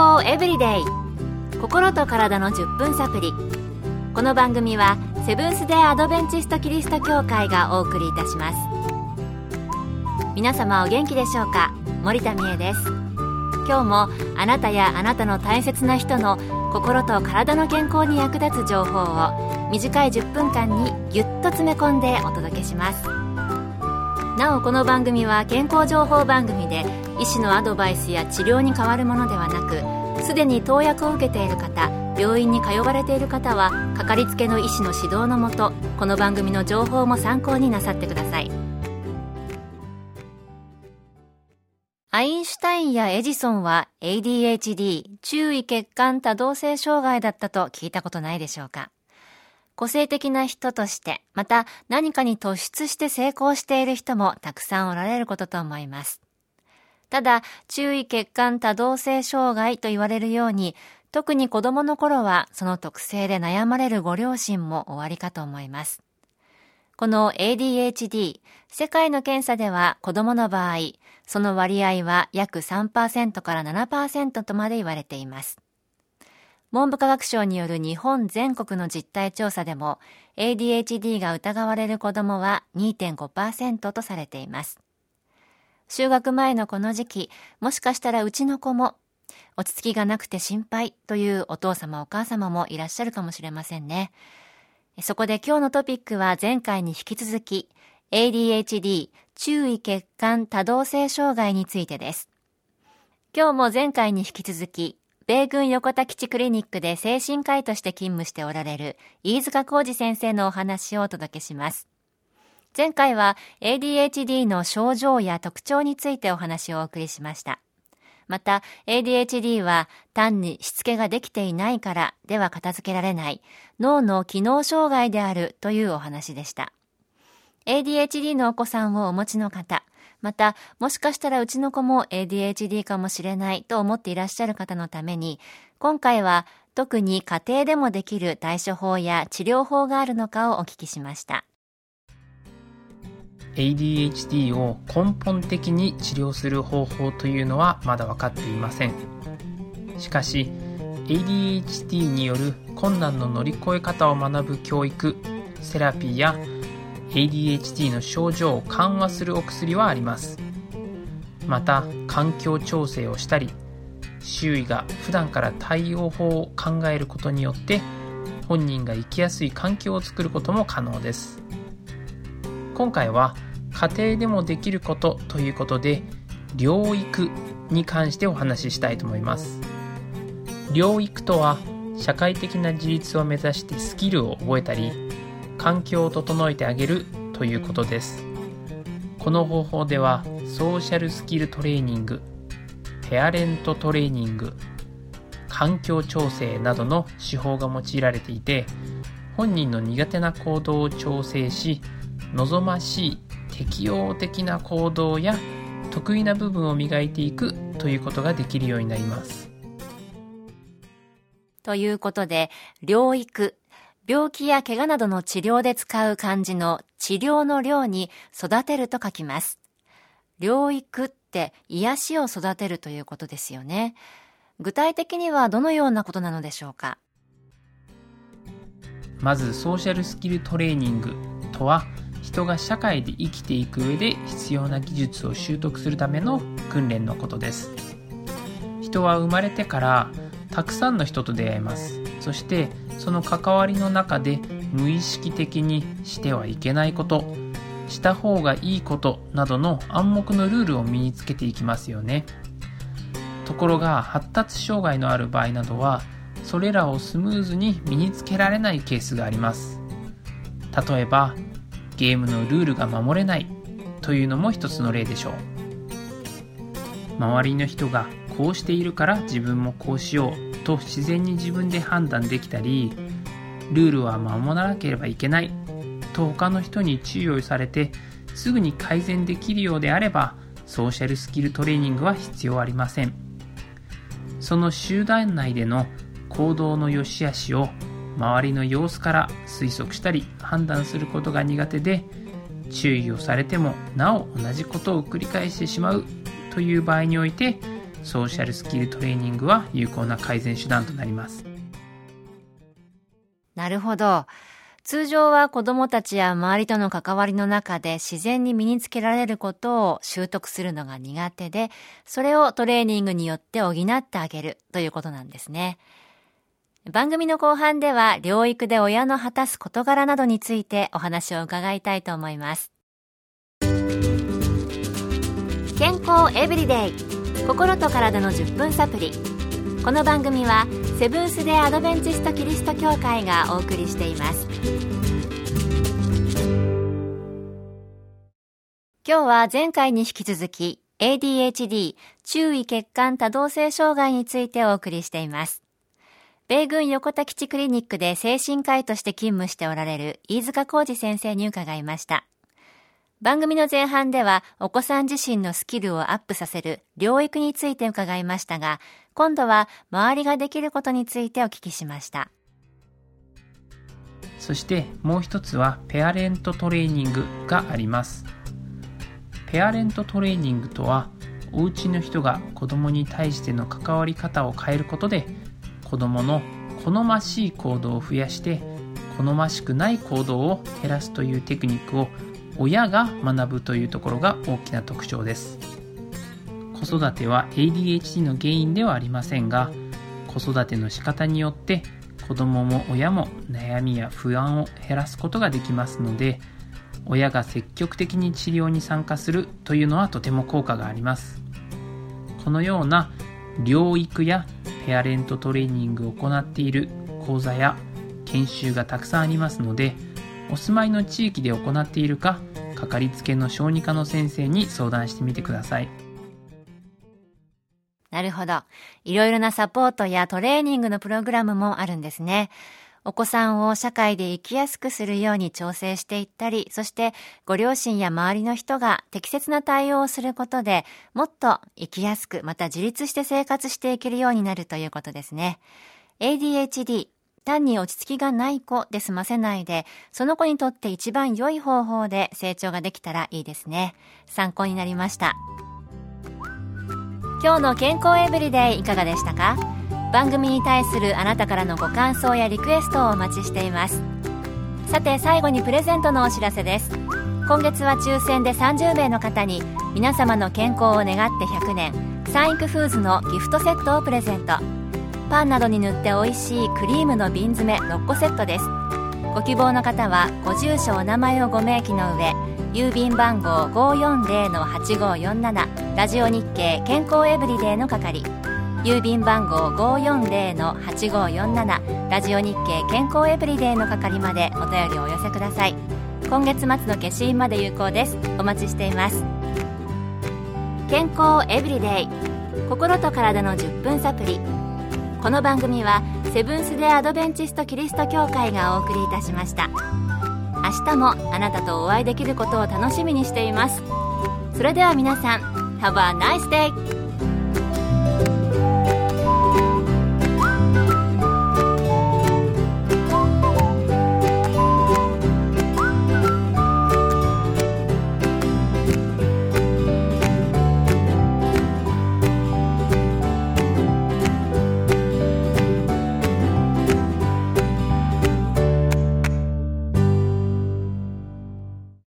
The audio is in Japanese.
康エブリデイ、心と体の10分サプリ。この番組はセブンス・デー・アドベンチスト・キリスト教会がお送りいたします。皆様お元気でしょうか。森田美恵です。今日もあなたやあなたの大切な人の心と体の健康に役立つ情報を短い10分間にぎゅっと詰め込んでお届けします。なおこの番組は健康情報番組で医師のアドバイスや治療に代わるものではなく、すでに投薬を受けている方、病院に通われている方はかかりつけの医師の指導のもと、この番組の情報も参考になさってください。アインシュタインやエジソンは ADHD 注意欠陥多動性障害だったと聞いたことないでしょうか。個性的な人として、また何かに突出して成功している人もたくさんおられることと思います。ただ、注意欠陥多動性障害と言われるように、特に子供の頃はその特性で悩まれるご両親もおありかと思います。この ADHD、世界の検査では子供の場合、その割合は約 3% から 7% とまで言われています。文部科学省による日本全国の実態調査でも ADHD が疑われる子どもは 2.5% とされています。就学前のこの時期、もしかしたらうちの子も落ち着きがなくて心配というお父様お母様もいらっしゃるかもしれませんね。そこで今日のトピックは前回に引き続き ADHD 注意欠陥多動性障害についてです。今日も前回に引き続き米軍横田基地クリニックで精神科医として勤務しておられる飯塚浩二先生のお話をお届けします。前回は ADHD の症状や特徴についてお話をお送りしました。また ADHD は単にしつけができていないからでは片付けられない脳の機能障害であるというお話でした。ADHD のお子さんをお持ちの方、またもしかしたらうちの子も ADHD かもしれないと思っていらっしゃる方のために、今回は特に家庭でもできる対処法や治療法があるのかをお聞きしました。 ADHD を根本的に治療する方法というのはまだ分かっていません。しかし ADHD による困難の乗り越え方を学ぶ教育、セラピーや ADHD の症状を緩和するお薬はあります。また環境調整をしたり、周囲が普段から対応法を考えることによって本人が生きやすい環境を作ることも可能です。今回は家庭でもできることということで、療育に関してお話ししたいと思います。療育とは社会的な自立を目指してスキルを覚えたり、環境を整えてあげるということです。この方法ではソーシャルスキルトレーニング、ペアレントトレーニング、環境調整などの手法が用いられていて、本人の苦手な行動を調整し、望ましい適応的な行動や得意な部分を磨いていくということができるようになります。 ということで、療育、病気や怪我などの治療で使う漢字の治療の療に育てると書きます。療育って癒しを育てるということですよね。具体的にはどのようなことなのでしょうか。 まずソーシャルスキルトレーニングとは、人が社会で生きていく上で必要な技術を習得するための訓練のことです。人は生まれてからたくさんの人と出会います。そしてその関わりの中で無意識的にしてはいけないこと、した方がいいことなどの暗黙のルールを身につけていきますよね。ところが発達障害のある場合などは、それらをスムーズに身につけられないケースがあります。例えばゲームのルールが守れないというのも一つの例でしょう。周りの人がこうしているから自分もこうしようと自然に自分で判断できたり、ルールは守らなければいけないと他の人に注意をされてすぐに改善できるようであれば、ソーシャルスキルトレーニングは必要ありません。その集団内での行動の良し悪しを周りの様子から推測したり判断することが苦手で、注意をされてもなお同じことを繰り返してしまうという場合において、 ソーシャルスキルトレーニングは有効な改善手段となります。 なるほど。通常は子どもたちや周りとの関わりの中で自然に身につけられることを習得するのが苦手で、それをトレーニングによって補ってあげるということなんですね。番組の後半では療育で親の果たす事柄などについてお話を伺いたいと思います。健康エブリデイ、心と体の10分サプリ。この番組はセブンス・デ・アドベンチスト・キリスト教会がお送りしています。今日は前回に引き続き ADHD 注意欠陥多動性障害についてお送りしています。米軍横田基地クリニックで精神科医として勤務しておられる飯塚浩二先生に伺いました。番組の前半ではお子さん自身のスキルをアップさせる療育について伺いましたが、今度は周りができることについてお聞きしました。 そしてもう一つはペアレントトレーニングがあります。ペアレントトレーニングとは、お家の人が子供に対しての関わり方を変えることで、子供の好ましい行動を増やして好ましくない行動を減らすというテクニックを親が学ぶというところが大きな特徴です。子育ては ADHD の原因ではありませんが、子育ての仕方によって子供も親も悩みや不安を減らすことができますので、親が積極的に治療に参加するというのはとても効果があります。このような療育やペアレントトレーニングを行っている講座や研修がたくさんありますので、お住まいの地域で行っているか、かかりつけの小児科の先生に相談してみてください。 なるほど。いろいろなサポートやトレーニングのプログラムもあるんですね。お子さんを社会で生きやすくするように調整していったり、そしてご両親や周りの人が適切な対応をすることで、もっと生きやすく、また自立して生活していけるようになるということですね。ADHD、単に落ち着きがない子で済ませないで、その子にとって一番良い方法で成長ができたらいいですね。参考になりました。今日の健康エブリデイいかがでしたか？番組に対するあなたからのご感想やリクエストをお待ちしています。さて最後にプレゼントのお知らせです。今月は抽選で30名の方に皆様の健康を願って100年サンイクフーズのギフトセットをプレゼント。パンなどに塗って美味しいクリームの瓶詰め6個セットです。ご希望の方はご住所お名前をご明記の上、郵便番号 540-8547 ラジオ日経健康エブリデイの係、郵便番号 540-8547 ラジオ日経健康エブリデイの係までお便りをお寄せください。今月末の消印まで有効です。お待ちしています。健康エブリデイ、心と体の10分サプリ。この番組はセブンス・デ・アドベンチスト・キリスト教会がお送りいたしました。明日もあなたとお会いできることを楽しみにしています。それでは皆さん、Have a nice day!